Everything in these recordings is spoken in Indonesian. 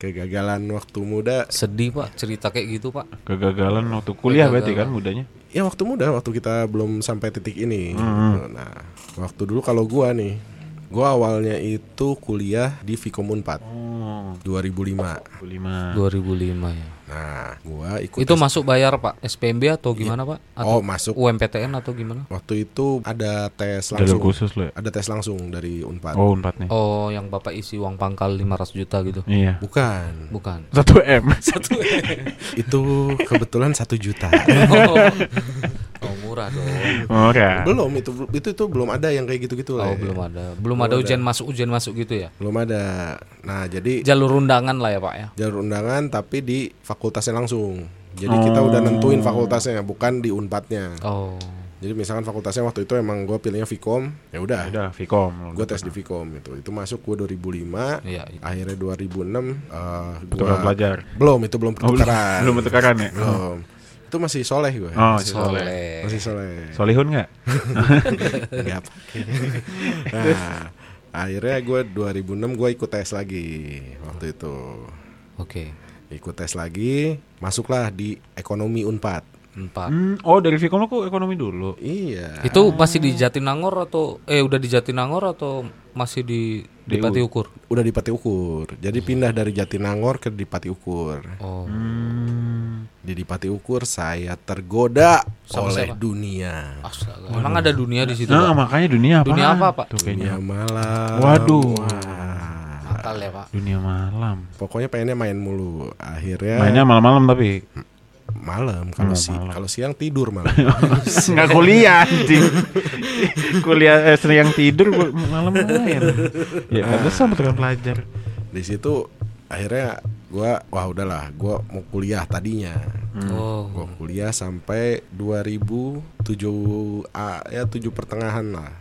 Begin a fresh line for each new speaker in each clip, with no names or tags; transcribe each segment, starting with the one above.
Kegagalan waktu muda.
Sedih Pak, cerita kayak gitu Pak.
Kegagalan waktu kuliah berarti kan mudanya?
Ya waktu muda, waktu kita belum sampai titik ini. Nah, waktu dulu kalau gua nih, gua awalnya itu kuliah di Vkom Unpad. 2005
ya.
Nah, gua ikut
Itu masuk bayar Pak, SPMB atau gimana Pak? Atau
masuk.
UMPTN atau gimana?
Waktu itu ada tes
Jalur
langsung.
khusus lo ya?
Ada tes langsung dari Unpad.
Oh, Unpad nih.
Oh, yang Bapak isi uang pangkal 500 juta gitu.
Iya.
Bukan.
1M.
Itu kebetulan 1 juta.
Oh, murah dong.
Murah.
Belum itu belum ada yang kayak gitu-gitu lah.
Oh, belum ada. Belum ada ujian masuk gitu ya?
Belum ada. Nah, jadi
Jalur undangan lah ya Pak ya.
jalur undangan tapi di fakultasnya langsung. Jadi kita udah nentuin fakultasnya, bukan di Unpadnya.
Oh.
Jadi misalkan fakultasnya waktu itu emang gue pilihnya Vkom, ya udah.
Udah Vkom.
Gue tes di Vkom itu masuk gue 2005.
Iya.
Akhirnya 2006
Pertukaran pelajar.
Belum pertukaran.
Belum pertukaran ya?
Belum. Itu masih soleh gue.
Oh,
Soleh.
Masih soleh.
Solihun nggak?
Enggak pakai. Nah, akhirnya gue 2006 gue ikut tes lagi waktu itu.
Oke.
Ikut tes lagi, masuklah di ekonomi Unpad.
4.
Oh, dari Vkom lo kok ekonomi dulu?
Iya.
Itu masih di Jatinangor atau udah di Jatinangor atau masih di Pati Ukur?
Udah di Pati Ukur. Jadi pindah dari Jatinangor ke di Pati Ukur.
Oh.
Di Pati Ukur saya tergoda
Sama
oleh
siapa?
dunia.
Astaga. Emang ada dunia di situ,
Nah,
Pak?
makanya dunia apa?
Dunia apa, Pak?
Tuh
Dunia
kayaknya.
malam.
Waduh.
Akal ya, Pak.
Dunia malam.
Pokoknya pengennya main mulu. Akhirnya
Mainnya malam-malam tapi
malam. Kalau siang tidur malam.
nggak kuliah anjing. Kuliah siang tidur malam main. Ya nggak bisa pertukaran pelajar.
Di situ akhirnya gua udahlah, gua mau kuliah tadinya.
Oh.
Gua kuliah sampai 2007 ya 7 pertengahan lah.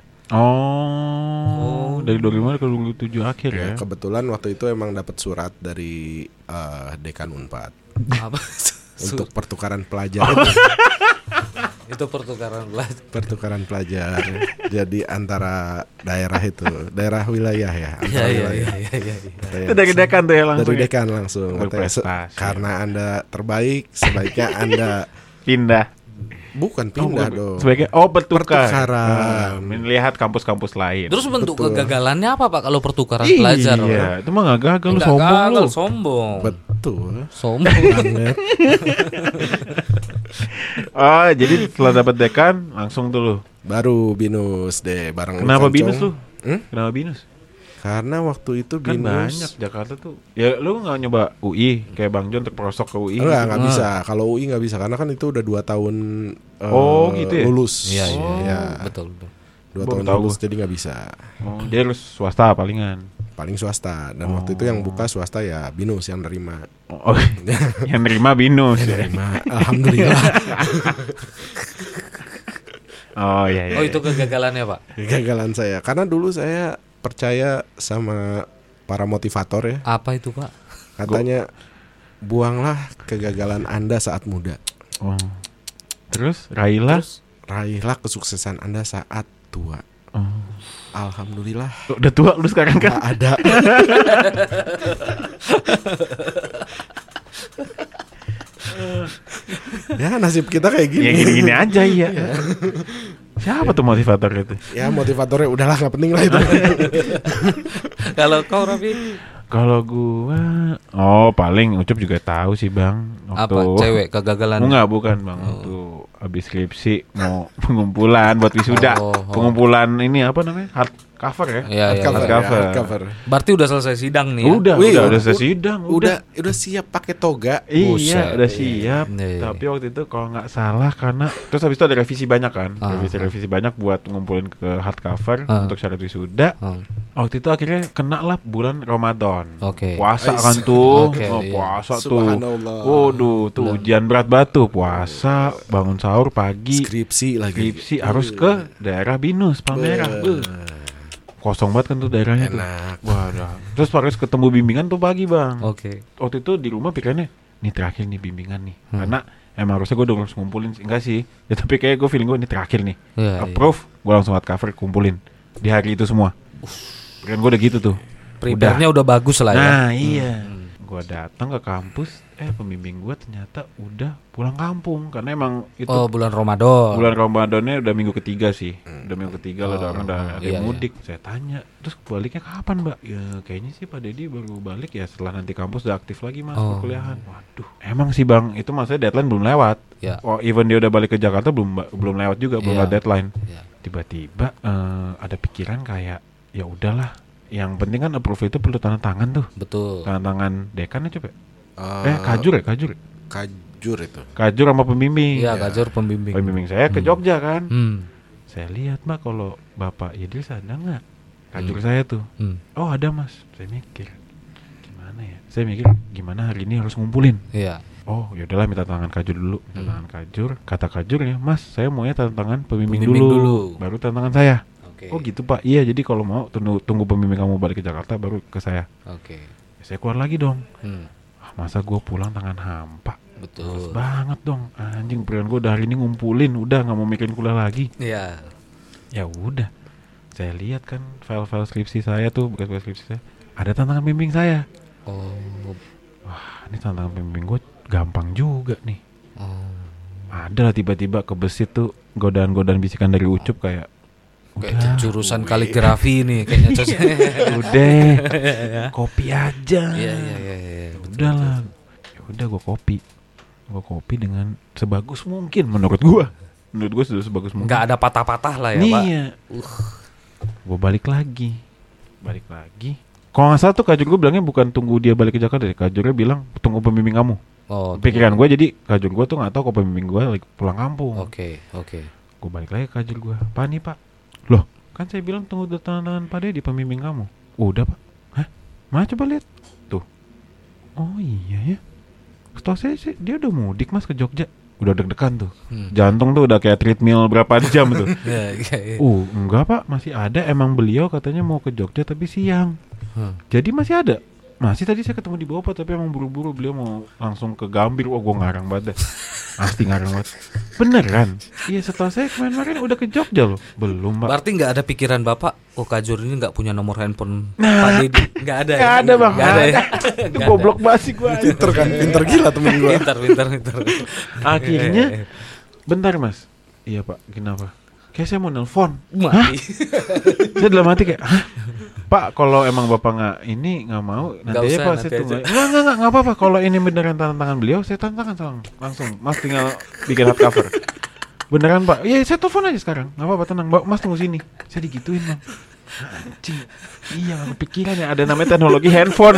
Oh, dari 2005 ke 2007 akhir ya.
Kebetulan waktu itu emang dapat surat dari dekan Unpad
Apa?
untuk pertukaran pelajar itu.
Itu pertukaran pelajar.
Pertukaran pelajar. Jadi antara daerah wilayah ya. Antara wilayah.
Itu dari dekan tuh ya langsung.
Dari
ya?
dekan langsung. Katanya,
Berprestasi.
karena Anda terbaik, sebaiknya Anda
Pindah.
bukan pindah dong.
Sebagai
Pertukaran.
Melihat kampus-kampus lain.
Terus bentuk kegagalannya apa, Pak, kalau pertukaran
Iya,
pelajar?
itu mah gak gagal, lu
Nggak
sombong
gagal,
lu.
sombong.
Betul.
Sombong.
Banget.
Oh, jadi setelah dapat dekan langsung tuh lu.
Baru binus deh bareng.
Kenapa
Kancong.
binus lu? Kenapa binus?
Karena waktu itu
Kan
binus
banyak Jakarta tuh. Ya lu gak nyoba UI kayak Bang John terperosok ke UI?
Enggak bisa. Kalau UI nggak bisa karena kan itu udah 2 tahun
gitu ya?
lulus.
Iya,
Ya.
betul.
2
Baru
tahun
tahu
lulus
gua.
jadi nggak bisa.
Oh, dia harus swasta palingan.
Paling swasta. Dan waktu itu yang buka swasta ya binus yang nerima.
Oh, yang nerima binus ya.
Nerima. Alhamdulillah.
Oh iya.
Oh, itu kegagalannya, Pak.
Kegagalan saya. Karena dulu saya percaya sama para motivator ya.
Apa itu, Pak?
Katanya buanglah kegagalan Anda saat muda.
Oh. Terus raihlah.
Raihlah kesuksesan Anda saat tua.
Oh.
Alhamdulillah.
Udah tua lu sekarang kan?
Nggak ada. Ya nasib kita kayak gini.
Ya gini-gini aja ya. Siapa tuh motivator itu?
Ya motivatornya udahlah nggak penting lah itu.
Kalau kau, Rafi,
Kalau gua paling Ucup juga tahu sih Bang.
apa? Cewek kegagalan.
Enggak, bukan Bang. Waktu habis skripsi mau pengumpulan buat wisuda.
Oh.
Pengumpulan ini apa namanya? Hardcover ya?
Iya, iya.
Hardcover.
Berarti udah selesai sidang nih ya?
Udah
Wih,
selesai sidang.
Udah siap pakai toga.
Iya,
Buset.
udah siap.
Iya.
Tapi waktu itu kalau nggak salah karena terus habis itu ada revisi banyak kan, revisi banyak buat ngumpulin ke hardcover untuk syarat wisuda. Waktu itu akhirnya kena lah bulan Ramadan.
Oke.
Puasa kan tuh,
Oke, iya.
puasa tuh.
Subhanallah.
Waduh, tuh ujian berat batu, puasa, bangun sahur pagi,
Skripsi lagi.
skripsi harus ke daerah Binus, Palmerah. Kosong banget kan tuh daerahnya tuh.
Enak.
Waduh. Terus harus ketemu bimbingan tuh pagi Bang.
Oke.
Waktu itu di rumah pikirannya ini terakhir nih bimbingan nih karena emang harusnya gue udah harus ngumpulin enggak sih ya tapi kayak gue feeling gue ini terakhir nih
Iya,
approve gue langsung hardcover kumpulin di hari itu semua pikiran gue udah gitu tuh
Prepare-nya udah bagus lah ya.
nah iya Gue datang ke kampus, pembimbing gue ternyata udah pulang kampung karena emang itu
bulan Ramadan.
Bulan Ramadannya udah minggu ketiga sih. Udah minggu ketiga lah orang udah ada mudik. Saya tanya, terus baliknya kapan, Mbak? Ya kayaknya sih Pak Dedi baru balik ya setelah nanti kampus udah aktif lagi Mas perkuliahan. Waduh, emang sih Bang, itu maksudnya deadline belum lewat. Oh, even dia udah balik ke Jakarta belum lewat juga, belum ada deadline. Tiba-tiba ada pikiran kayak ya udahlah. Yang penting kan approve itu perlu tanda tangan tuh.
Betul.
Tanda tangan dekannya coba. Kajur itu. Kajur sama pembimbing.
Iya, kajur pembimbing.
Pembimbing saya ke Jogja kan. Saya lihat Mbak kalau Bapak Idris ada nggak kajur saya tuh. Oh ada Mas. Saya mikir gimana hari ini harus ngumpulin.
Iya.
Oh yaudahlah minta tangan kajur dulu. Minta tangan kajur. Kata kajurnya, Mas saya maunya tanda tangan pembimbing dulu. Baru tanda tangan saya. Oh gitu Pak, iya jadi kalau mau tunggu pembimbing kamu balik ke Jakarta baru ke saya. Saya keluar lagi dong. Masa gue pulang tangan hampa.
Betul.
Males banget dong, anjing pilihan gue udah hari ini ngumpulin, udah nggak mau mikirin kuliah lagi.
Iya.
Ya udah, saya lihat kan file-file skripsi saya tuh, bekas skripsi saya, ada tantangan pembimbing saya. Wah ini tantangan pembimbing gue gampang juga nih. Ada lah tiba-tiba kebesit tuh godaan-godaan bisikan dari Ucup kayak
jurusan kaligrafi nih kayaknya cocok.
Udah kopi aja.
Iya.
Udahlah. Ya udah gue kopi dengan sebagus mungkin menurut gue sudah sebagus mungkin.
Nggak ada patah-patah lah ya, Pak.
Iya. Gue balik lagi. Kalau nggak salah tuh kajur gue bilangnya bukan tunggu dia balik ke Jakarta deh. Kajurnya bilang tunggu pembimbing kamu. Pikiran gue jadi kajur gue tuh nggak tahu kalau pembimbing gue lagi pulang kampung.
Oke.
Gue balik lagi ke kajur gue. Pak nih Pak. Loh, kan saya bilang tunggu tanda tangan Pak Dedi pembimbing kamu. Udah Pak. Hah? Mana coba lihat. Tuh. Oh iya ya. Setahu saya sih dia udah mudik Mas ke Jogja. Udah deg-degan tuh. Jantung tuh udah kayak treadmill berapa jam tuh. Enggak Pak, masih ada. Emang beliau katanya mau ke Jogja tapi siang. Jadi masih ada. Masih tadi saya ketemu di bawah Pak, tapi emang buru-buru beliau mau langsung ke Gambir. Wah, gue ngarang banget. Pasti ngarang banget. Beneran? Iya, setelah saya kemarin udah ke Jogja loh. Belum Pak.
Berarti nggak ada pikiran Bapak, Kajur ini nggak punya nomor handphone Pak Dedi? Nggak ada.
Nggak ada Bang.
Nggak ada ya.
Itu goblok basi gue.
Pinter gila temen gue.
Pinter.
Akhirnya, bentar Mas. Iya Pak, kenapa? Kayak saya mau nelpon.
Hah?
Saya dalam hati kayak, hah? Pak, kalau emang Bapak nggak mau, nanti aja Pak saya tunggu. Nggak apa-apa. Kalau ini beneran tanda tangan beliau, saya tanda tangan langsung. Mas tinggal bikin hardcover. Beneran Pak? Iya, saya telepon aja sekarang. Nggak apa-apa, tenang. Mas tunggu sini. Saya digituin Bang. Anjing. Iya, kepikiran ya ada namanya teknologi handphone.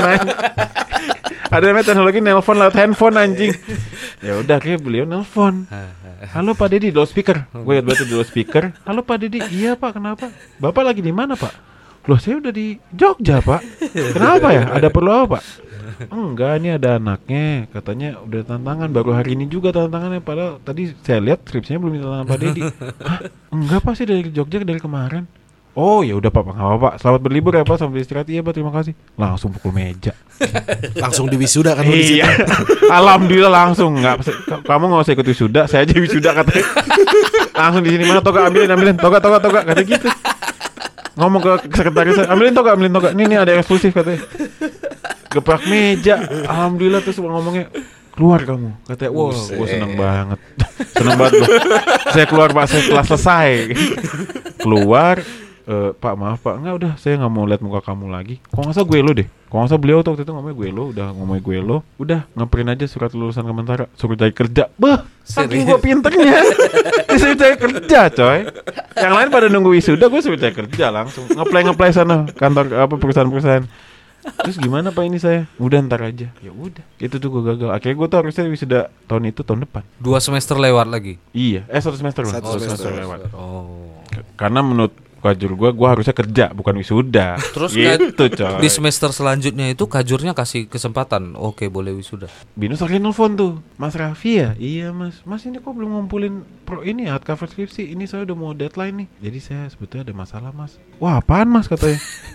Ada namanya teknologi nelpon lewat handphone anjing. Ya udah, kayak beliau nelpon. Halo Pak Dedi, loudspeaker. Gue lihat di loudspeaker. Halo Pak Dedi, iya Pak, kenapa? Bapak lagi di mana Pak? Loh saya udah di Jogja Pak. Kenapa ya? Ada perlu apa Pak? Enggak, ini ada anaknya. Katanya udah tantangan, baru hari ini juga tantangannya. Padahal tadi saya lihat skripsinya belum ditantangan Pak Dedi. Hah? Enggak Pak, sih dari Jogja dari kemarin. Oh ya udah Pak, nggak apa-apa. Selamat berlibur ya Pak, sampai istirahat. Iya Pak, terima kasih. Langsung pukul meja.
Langsung di wisuda kan?
Iya. Alhamdulillah langsung. Nggak, kamu nggak usah ikut wisuda, saya aja wisuda katanya. Langsung di sini, mana toga, ambilin toga katanya gitu. Ngomong ke sekretaris, ambilin toga. Ini ada eksklusif katanya. Geprak meja. Alhamdulillah, terus ngomongnya, keluar kamu katanya. Wow, gue seneng banget. Seneng banget loh. Saya keluar Pak, saya kelas selesai. Keluar. Pak maaf Pak, enggak, udah saya nggak mau lihat muka kamu lagi. Kok nggak usah gue lo deh. Kok nggak usah beliau tuh waktu itu ngomongnya gue lo, udah ngeprint aja surat lulusan Kementara, suruh cari kerja. Saking gue pinternya, disuruh cari kerja coy. Yang lain pada nunggu wisuda, gue suruh cari kerja langsung. Ngeplay sana kantor perusahaan. Terus gimana Pak ini saya? Udah ntar aja. Ya udah, itu tuh gue gagal. Akhirnya gue tuh harusnya wisuda tahun depan.
2 semester lewat lagi.
Iya, 1 semester lah.
1 semester
lewat.
Oh.
Karena menurut kajur gue harusnya kerja bukan wisuda.
Terus
gitu, coy.
Di semester selanjutnya itu kajurnya kasih kesempatan. Oke, boleh wisuda.
Binus akhirnya nelfon tuh, Mas Raffi ya? Iya Mas ini kok belum ngumpulin hardcover skripsi. Ini saya udah mau deadline nih. Jadi saya sebetulnya ada masalah Mas. Wah apaan Mas katanya?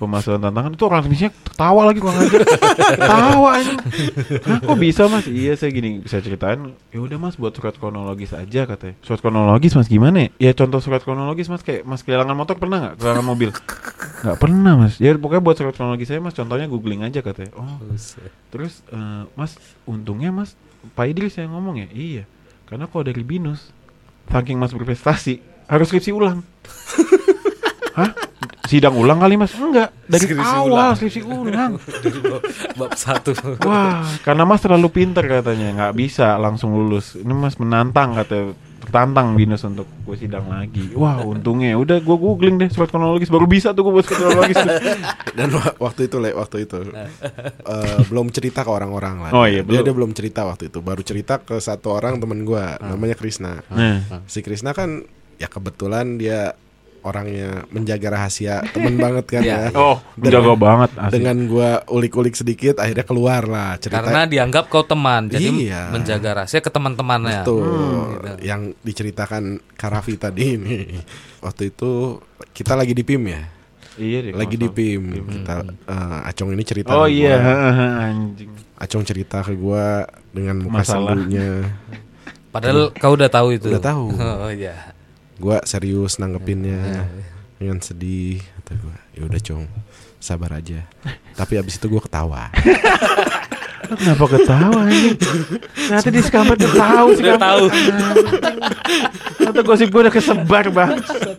pemasukan tantangan itu orang teknisnya ketawa lagi kurang ajar. Ketawa ini. Hah, kok bisa Mas? Iya saya gini bisa ceritain. Ya udah Mas buat surat kronologis aja katanya. Surat kronologis Mas gimana ya? Ya contoh surat kronologis Mas kayak Mas kehilangan motor pernah nggak? Kehilangan mobil? Nggak pernah Mas. Ya pokoknya buat surat kronologis saya Mas contohnya googling aja katanya. Oh. Terus Mas untungnya Mas Pak Idris yang ngomong ya. Iya. Karena kalau dari BINUS saking Mas berprestasi harus skripsi ulang. Hah? Sidang ulang kali Mas? Enggak, dari
Skripsi
awal
ulang.
skripsi ulang.
Dari bab 1.
Wah, karena Mas terlalu pintar katanya, nggak bisa langsung lulus. Ini Mas menantang katanya, tertantang BINUS untuk gue sidang lagi. Wah, untungnya udah gue googling deh surat kronologis baru bisa tuh gue buat surat kronologis tuh.
Dan waktu itu belum cerita ke orang-orang lah.
Oh iya,
dia belum cerita waktu itu, baru cerita ke satu orang temen gue, namanya Krisna. Si Krisna kan ya kebetulan dia orangnya menjaga rahasia temen banget kan ya.
Oh, menjaga banget asli.
Dengan gue ulik-ulik sedikit akhirnya keluar lah cerita.
Karena dianggap kau teman, jadi
Iya.
menjaga rahasia ke teman-temannya.
Betul.
Gitu.
Yang diceritakan Karafi tadi ini. Waktu itu kita lagi di PIM ya.
Iya deh.
Lagi di PIM. Kita Acong ini cerita.
Oh
ke
iya,
gua.
anjing.
Acong cerita ke gua dengan muka
Masalah.
sembuhnya.
Padahal kau udah tahu itu.
Udah tahu.
Oh iya.
Gua serius nanggepinnya dengan sedih. Kata gua, ya udah Cong, sabar aja. Tapi abis itu gua ketawa.
Lu kenapa ketawa anjing? Nanti di sekampet udah tahu sih.
Udah tahu.
Atau gosip gue udah kesebar bang.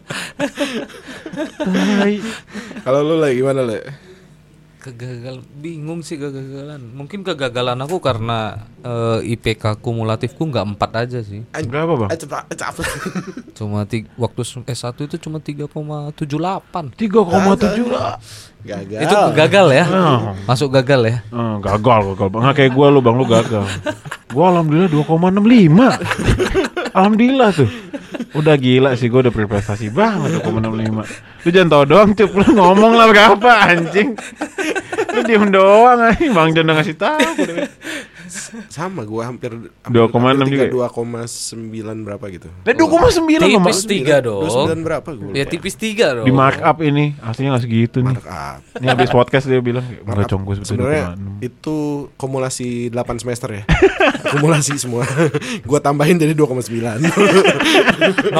Kalau lu lagi gimana le?
Bingung sih kegagalan. Mungkin kegagalan aku karena IPK kumulatifku nggak 4 aja sih.
Berapa bang?
Cuma waktu S1 itu cuma 3,78.
3,7 lah.
Gagal.
Itu gagal ya?
Oh.
Masuk gagal ya?
Gagal bang. Nggak kayak gue lu bang, lu gagal. Gue alhamdulillah 2,65. Alhamdulillah tuh. Udah gila sih, gue udah berprestasi banget 2,65. Lu jangan tau doang Cup, lu ngomong lah berapa anjing. Lu diem doang anjing, Bang Jon udah ngasih tahu.
Sama gua hampir
2,6 juga.
2,9 berapa gitu.
2,9 loh
Tipis 3 dong.
29 berapa gua?
Ya tipis 3 dong.
di markup ini aslinya nggak segitu nih.
Markup.
Ini habis podcast dia bilang enggak Cong gue
Sebenarnya
sebetulnya 2,6.
itu kumulasi 8 semester ya. Kumulasi semua. Gua tambahin jadi 2,9.
0,0,0,0.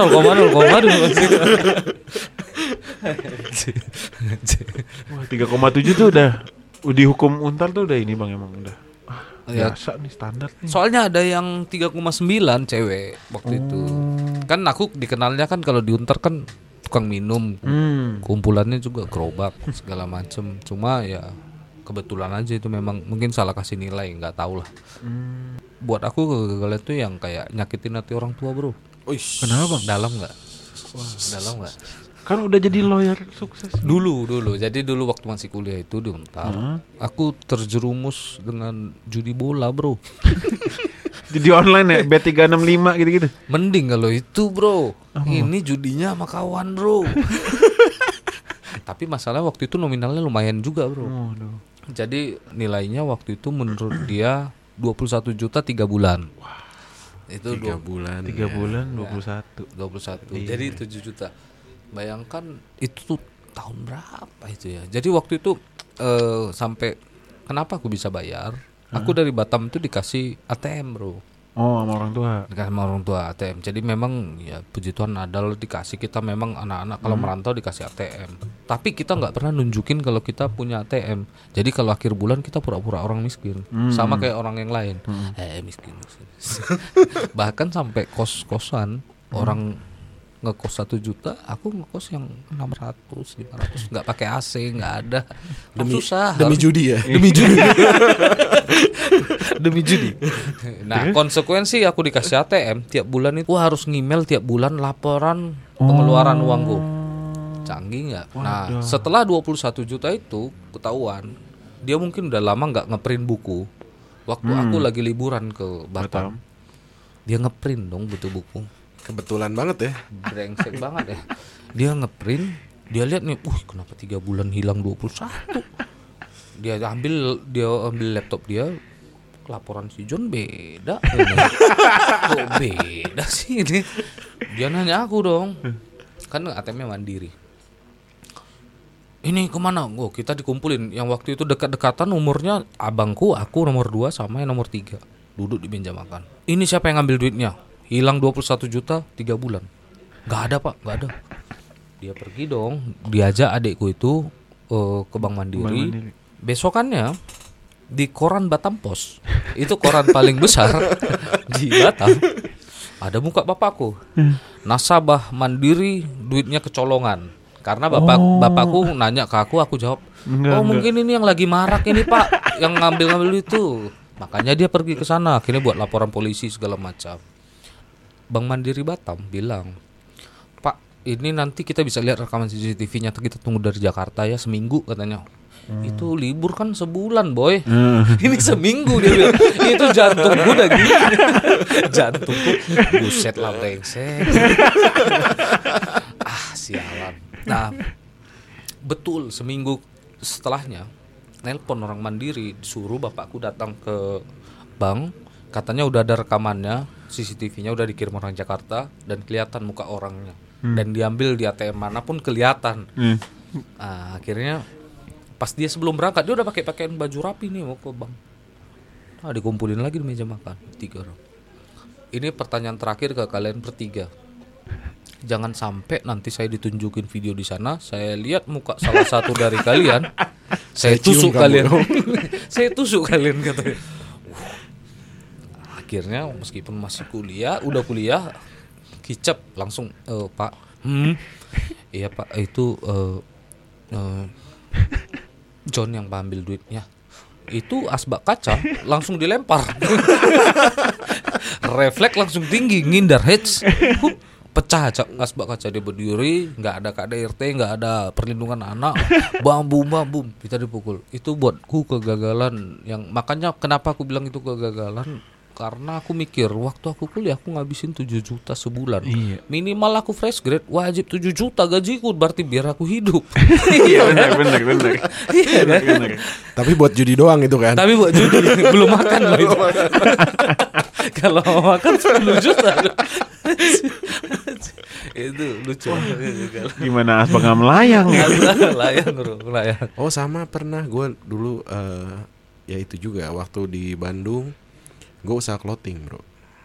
Wah 3,7 tuh udah di hukum Untar tuh udah ini bang emang udah
Ya.
biasa nih standar nih.
Soalnya ada yang 3,9 cewek waktu itu. Kan aku dikenalnya kan kalau di Untar kan tukang minum. Kumpulannya juga gerobak segala macem. Cuma ya kebetulan aja itu memang mungkin salah kasih nilai, nggak tahu lah. Buat aku kegagalan itu yang kayak nyakitin hati orang tua bro.
Uish.
Kenapa bang?
Dalam nggak? Dalam nggak?
Kan udah jadi lawyer sukses.
Dulu. Jadi dulu waktu masih kuliah itu di Untar, aku terjerumus dengan judi bola bro.
Jadi online ya, Bet365 gitu-gitu.
Mending kalau itu bro. Ini judinya sama kawan bro. Tapi masalah waktu itu nominalnya lumayan juga bro. Jadi nilainya waktu itu menurut dia 21 juta 3 bulan. Itu
3 bulan.
3 bulan 21.
21. Jadi 7 juta. Bayangkan itu tuh tahun berapa itu ya. Jadi waktu itu sampai kenapa aku bisa bayar? Aku dari Batam itu dikasih ATM bro.
Oh sama orang tua.
Dikasih sama orang tua ATM. Jadi memang ya puji Tuhan ada loh dikasih, kita memang anak-anak kalau merantau dikasih ATM. Tapi kita nggak pernah nunjukin kalau kita punya ATM. Jadi kalau akhir bulan kita pura-pura orang miskin. Sama kayak orang yang lain. Miskin. Bahkan sampai kos-kosan orang ngekos 1 juta, aku ngekos yang 600, 500, nggak pakai AC, nggak ada. Susah.
Demi judi ya.
Demi judi. Nah, konsekuensi aku dikasih ATM tiap bulan itu harus ngemail tiap bulan laporan pengeluaran uangku. Canggih nggak? Nah, setelah 21 juta itu ketahuan, dia mungkin udah lama nggak ngeprint buku. Waktu aku lagi liburan ke Batam, dia ngeprint dong buku.
Kebetulan banget ya.
Brengsek banget ya. Dia ngeprint, dia lihat nih, kenapa 3 bulan hilang 21. Dia ambil laptop dia, laporan si John beda. Kok beda sih ini? Dia nanya aku dong. Kan ATM-nya Mandiri. Ini kemana? Kita dikumpulin. Yang waktu itu dekat-dekatan umurnya abangku, aku nomor 2 sama yang nomor 3. Duduk di meja makan. Ini siapa yang ngambil duitnya? Hilang 21 juta 3 bulan. Gak ada pak, gak ada. Dia pergi dong. Diajak adikku itu ke Bank Mandiri. Besokannya di koran Batam Pos. Itu koran paling besar di Batam. Ada muka bapakku. Nasabah Mandiri duitnya kecolongan. Karena bapakku nanya ke aku jawab, mungkin ini yang lagi marak ini pak, yang ngambil itu. Makanya dia pergi ke sana, akhirnya buat laporan polisi segala macam. Bank Mandiri Batam bilang, Pak, ini nanti kita bisa lihat rekaman CCTV-nya, kita tunggu dari Jakarta ya seminggu katanya. Itu libur kan sebulan boy. Ini seminggu dia bilang. Itu jantungku udah gini. Jantungku buset lah brengsek. Sialan. Nah, betul seminggu setelahnya nelpon orang Mandiri, disuruh bapakku datang ke bank, katanya udah ada rekamannya, CCTV-nya udah dikirim orang Jakarta dan kelihatan muka orangnya. Dan diambil di ATM manapun kelihatan. Nah, akhirnya pas dia sebelum berangkat dia udah pakai pakaian baju rapi nih mau ke bank. Nah, dikumpulin lagi di meja makan 3 orang. Ini pertanyaan terakhir ke kalian bertiga. Jangan sampai nanti saya ditunjukin video di sana, saya lihat muka salah satu dari kalian, saya tusuk kalian. Saya tusuk kalian katanya. Akhirnya meskipun masih udah kuliah, kicep langsung Pak. Iya Pak, itu John yang ambil duitnya. Itu asbak kaca langsung dilempar. Refleks langsung tinggi, ngindar hits. Pecah asbak kaca, dia berdiri, nggak ada KDRT, nggak ada perlindungan anak, bam kita dipukul. Itu buatku kegagalan yang makanya kenapa aku bilang itu kegagalan, karena aku mikir waktu aku kuliah aku ngabisin 7 juta sebulan. Minimal aku fresh grade wajib 7 juta gajiku, berarti biar aku hidup.
Iya benar.
Iya kan?
Tapi buat judi doang itu kan.
Tapi buat judi belum makan loh itu. Kalau makan 10 juta. Itu lucu.
Gimana asbak nggak melayang ya?
Melayang.
Oh sama pernah gue dulu ya itu juga waktu di Bandung gue usaha clothing bro.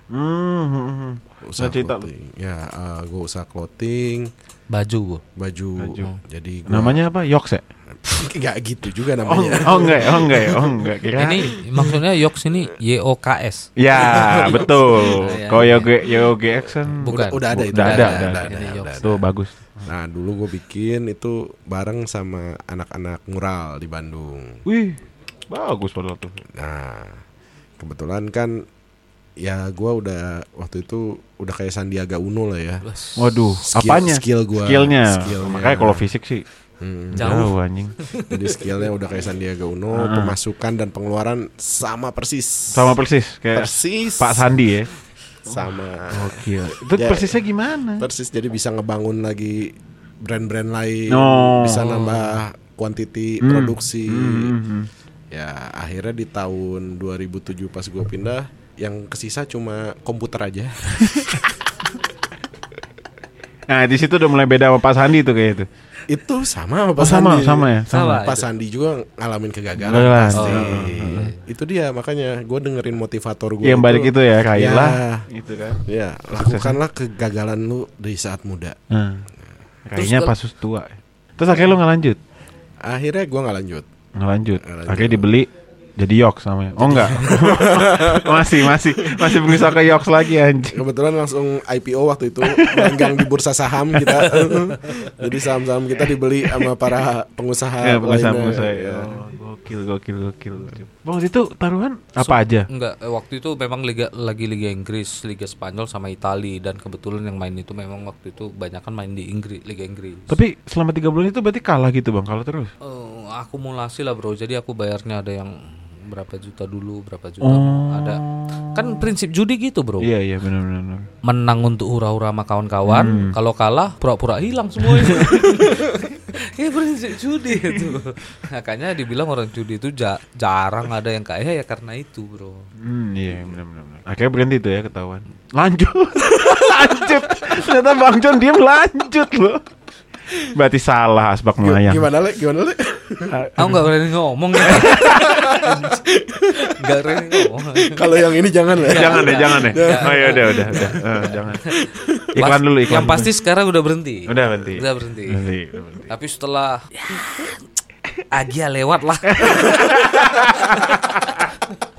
Usaha clothing. Ya gue usaha clothing.
Baju.
Jadi
namanya apa? Yoks ya?
Gak gitu juga namanya.
Enggak. Kira.
Ini maksudnya Yoks ini YOKS.
Ya betul. Kalau YOGX kan
bukan.
Udah ada itu.
Udah. Tuh bagus.
Nah dulu gue bikin itu bareng sama anak-anak mural di Bandung.
Wih, bagus padahal tuh.
Nah kebetulan kan ya gue udah waktu itu udah kayak Sandiaga Uno lah ya.
Waduh, apanya? Skillnya. Makanya kalau fisik sih jauh anjing.
Jadi skillnya udah kayak Sandiaga Uno, pemasukan dan pengeluaran sama persis kayak
Pak Sandi ya.
Sama.
Oke. Itu ya, persisnya gimana?
Persis, jadi bisa ngebangun lagi brand-brand lain, bisa nambah kuantiti produksi. Ya akhirnya di tahun 2007 pas gue pindah, yang kesisa cuma komputer aja.
Nah di situ udah mulai beda sama Pak Sandi tuh kayak itu.
Itu sama Pak Sandi.
Sama.
Pak Sandi juga ngalamin kegagalan pasti. Itu dia makanya gue dengerin motivator gue.
Yang balik itu ya Kailah. Itu kan.
Ya lakukanlah kegagalan lu di saat muda.
Kayaknya pas tua. Terus akhirnya lu nggak lanjut?
Akhirnya gue nggak lanjut. Akhirnya dibeli.
Jadi Yoks namanya. Oh enggak. masih pengusaha ke Yoks lagi anjing.
Kebetulan langsung IPO waktu itu, melenggang di bursa saham kita. Jadi saham-saham kita dibeli sama para pengusaha
lainnya. Ya. Gokil. Bang itu taruhan apa aja?
Enggak, waktu itu memang Liga Inggris, Liga Spanyol sama Italia, dan kebetulan yang main itu memang waktu itu banyakan main di Liga Inggris.
Tapi selama 3 bulan itu berarti kalah gitu Bang, kalau terus?
Akumulasi lah bro, jadi aku bayarnya ada yang berapa juta dulu, berapa juta ada. Kan prinsip judi gitu bro.
Iya benar.
Menang untuk hura-hura sama kawan-kawan, kalau kalah pura-pura hilang semuanya. Ya prinsip judi itu. Makanya dibilang orang judi itu jarang ada yang kaya ya karena itu bro.
Iya benar. Akhirnya berhenti tuh ya ketahuan. Lanjut. Ternyata Bang John dia lanjut loh. Berarti salah asbak melayang.
Gimana Le?
Aku nggak berani ngomong ya. Nggak berani ngomong.
Kalau yang ini jangan Le.
Jangan deh. Oh ya udah. Jangan. Iklan dulu.
Yang pasti sekarang udah berhenti.
Udah berhenti.
Berhenti. Tapi setelah Agia lewat lah.